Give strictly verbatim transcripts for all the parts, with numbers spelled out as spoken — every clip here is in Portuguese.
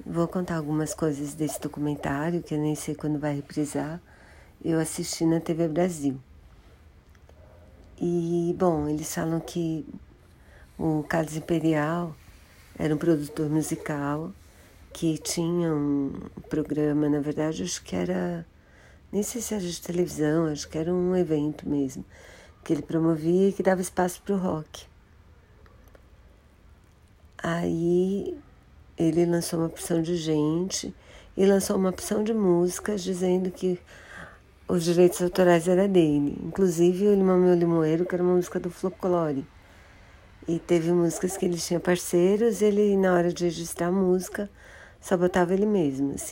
Vou contar algumas coisas desse documentário, que eu nem sei quando vai reprisar. Eu assisti na T V Brasil. E, bom, eles falam que o Carlos Imperial era um produtor musical que tinha um programa, na verdade, acho que era, nem sei se era de televisão, acho que era um evento mesmo, que ele promovia e que dava espaço para o rock. Aí ele lançou uma porção de gente e lançou uma porção de músicas dizendo que os direitos autorais eram dele. Inclusive o Limão Meu Limoeiro, que era uma música do Folclore. E teve músicas que ele tinha parceiros, ele na hora de registrar a música só botava ele mesmo, assim.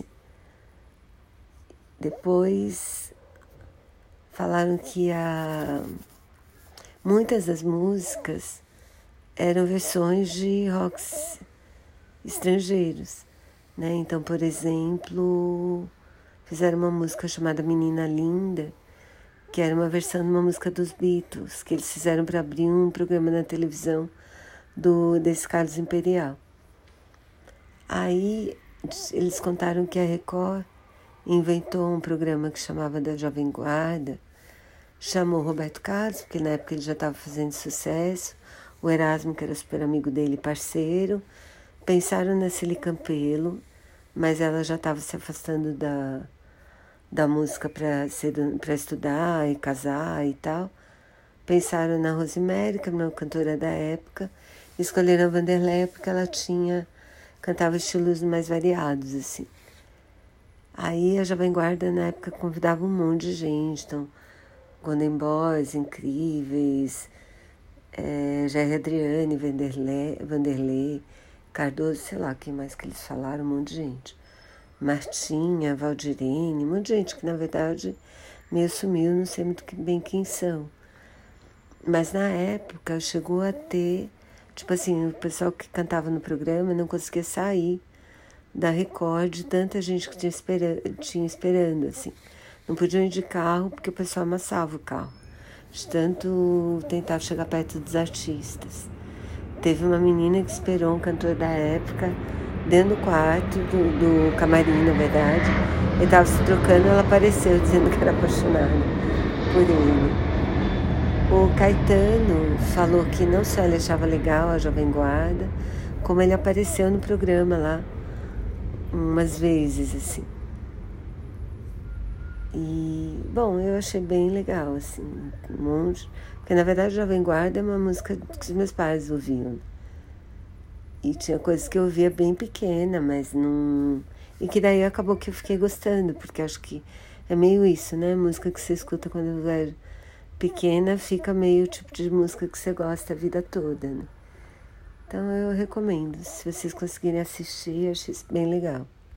Depois falaram que a... muitas das músicas eram versões de rocks estrangeiros, né? Então, por exemplo, fizeram uma música chamada Menina Linda, que era uma versão de uma música dos Beatles, que eles fizeram para abrir um programa na televisão do, desse Carlos Imperial. Aí eles contaram que a Record inventou um programa que chamava da Jovem Guarda, chamou Roberto Carlos, porque na época ele já estava fazendo sucesso, o Erasmo, que era super amigo dele, parceiro, pensaram na Celi Campelo, mas ela já estava se afastando da, da música para estudar e casar e tal. Pensaram na Rosemary, que era uma cantora da época, e escolheram a Vanderleia porque ela tinha, cantava estilos mais variados, assim. Aí a Jovem Guarda, na época, convidava um monte de gente, então, Golden Boys, Incríveis, é, Jair Adriane, Vanderlei, Vanderlei, Cardoso, sei lá, quem mais que eles falaram, um monte de gente. Martinha, Valdirene, um monte de gente que, na verdade, meio sumiu, não sei muito bem quem são. Mas, na época, chegou a ter, tipo assim, o pessoal que cantava no programa não conseguia sair da Record de tanta gente que tinha, espera, tinha esperando, assim. Não podiam ir de carro porque o pessoal amassava o carro, de tanto tentar chegar perto dos artistas. Teve uma menina que esperou um cantor da época dentro do quarto, do, do camarim, na verdade. Ele estava se trocando, ela apareceu dizendo que era apaixonada por ele. O Caetano falou que não só ele achava legal a Jovem Guarda, como ele apareceu no programa lá umas vezes, assim. E, bom, eu achei bem legal, assim, um monte... Porque, na verdade, Jovem Guarda é uma música que os meus pais ouviam. E tinha coisas que eu ouvia bem pequena, mas não... E que daí acabou que eu fiquei gostando, porque acho que é meio isso, né? Música que você escuta quando é pequena fica meio o tipo de música que você gosta a vida toda, né? Então, eu recomendo. Se vocês conseguirem assistir, eu achei isso bem legal.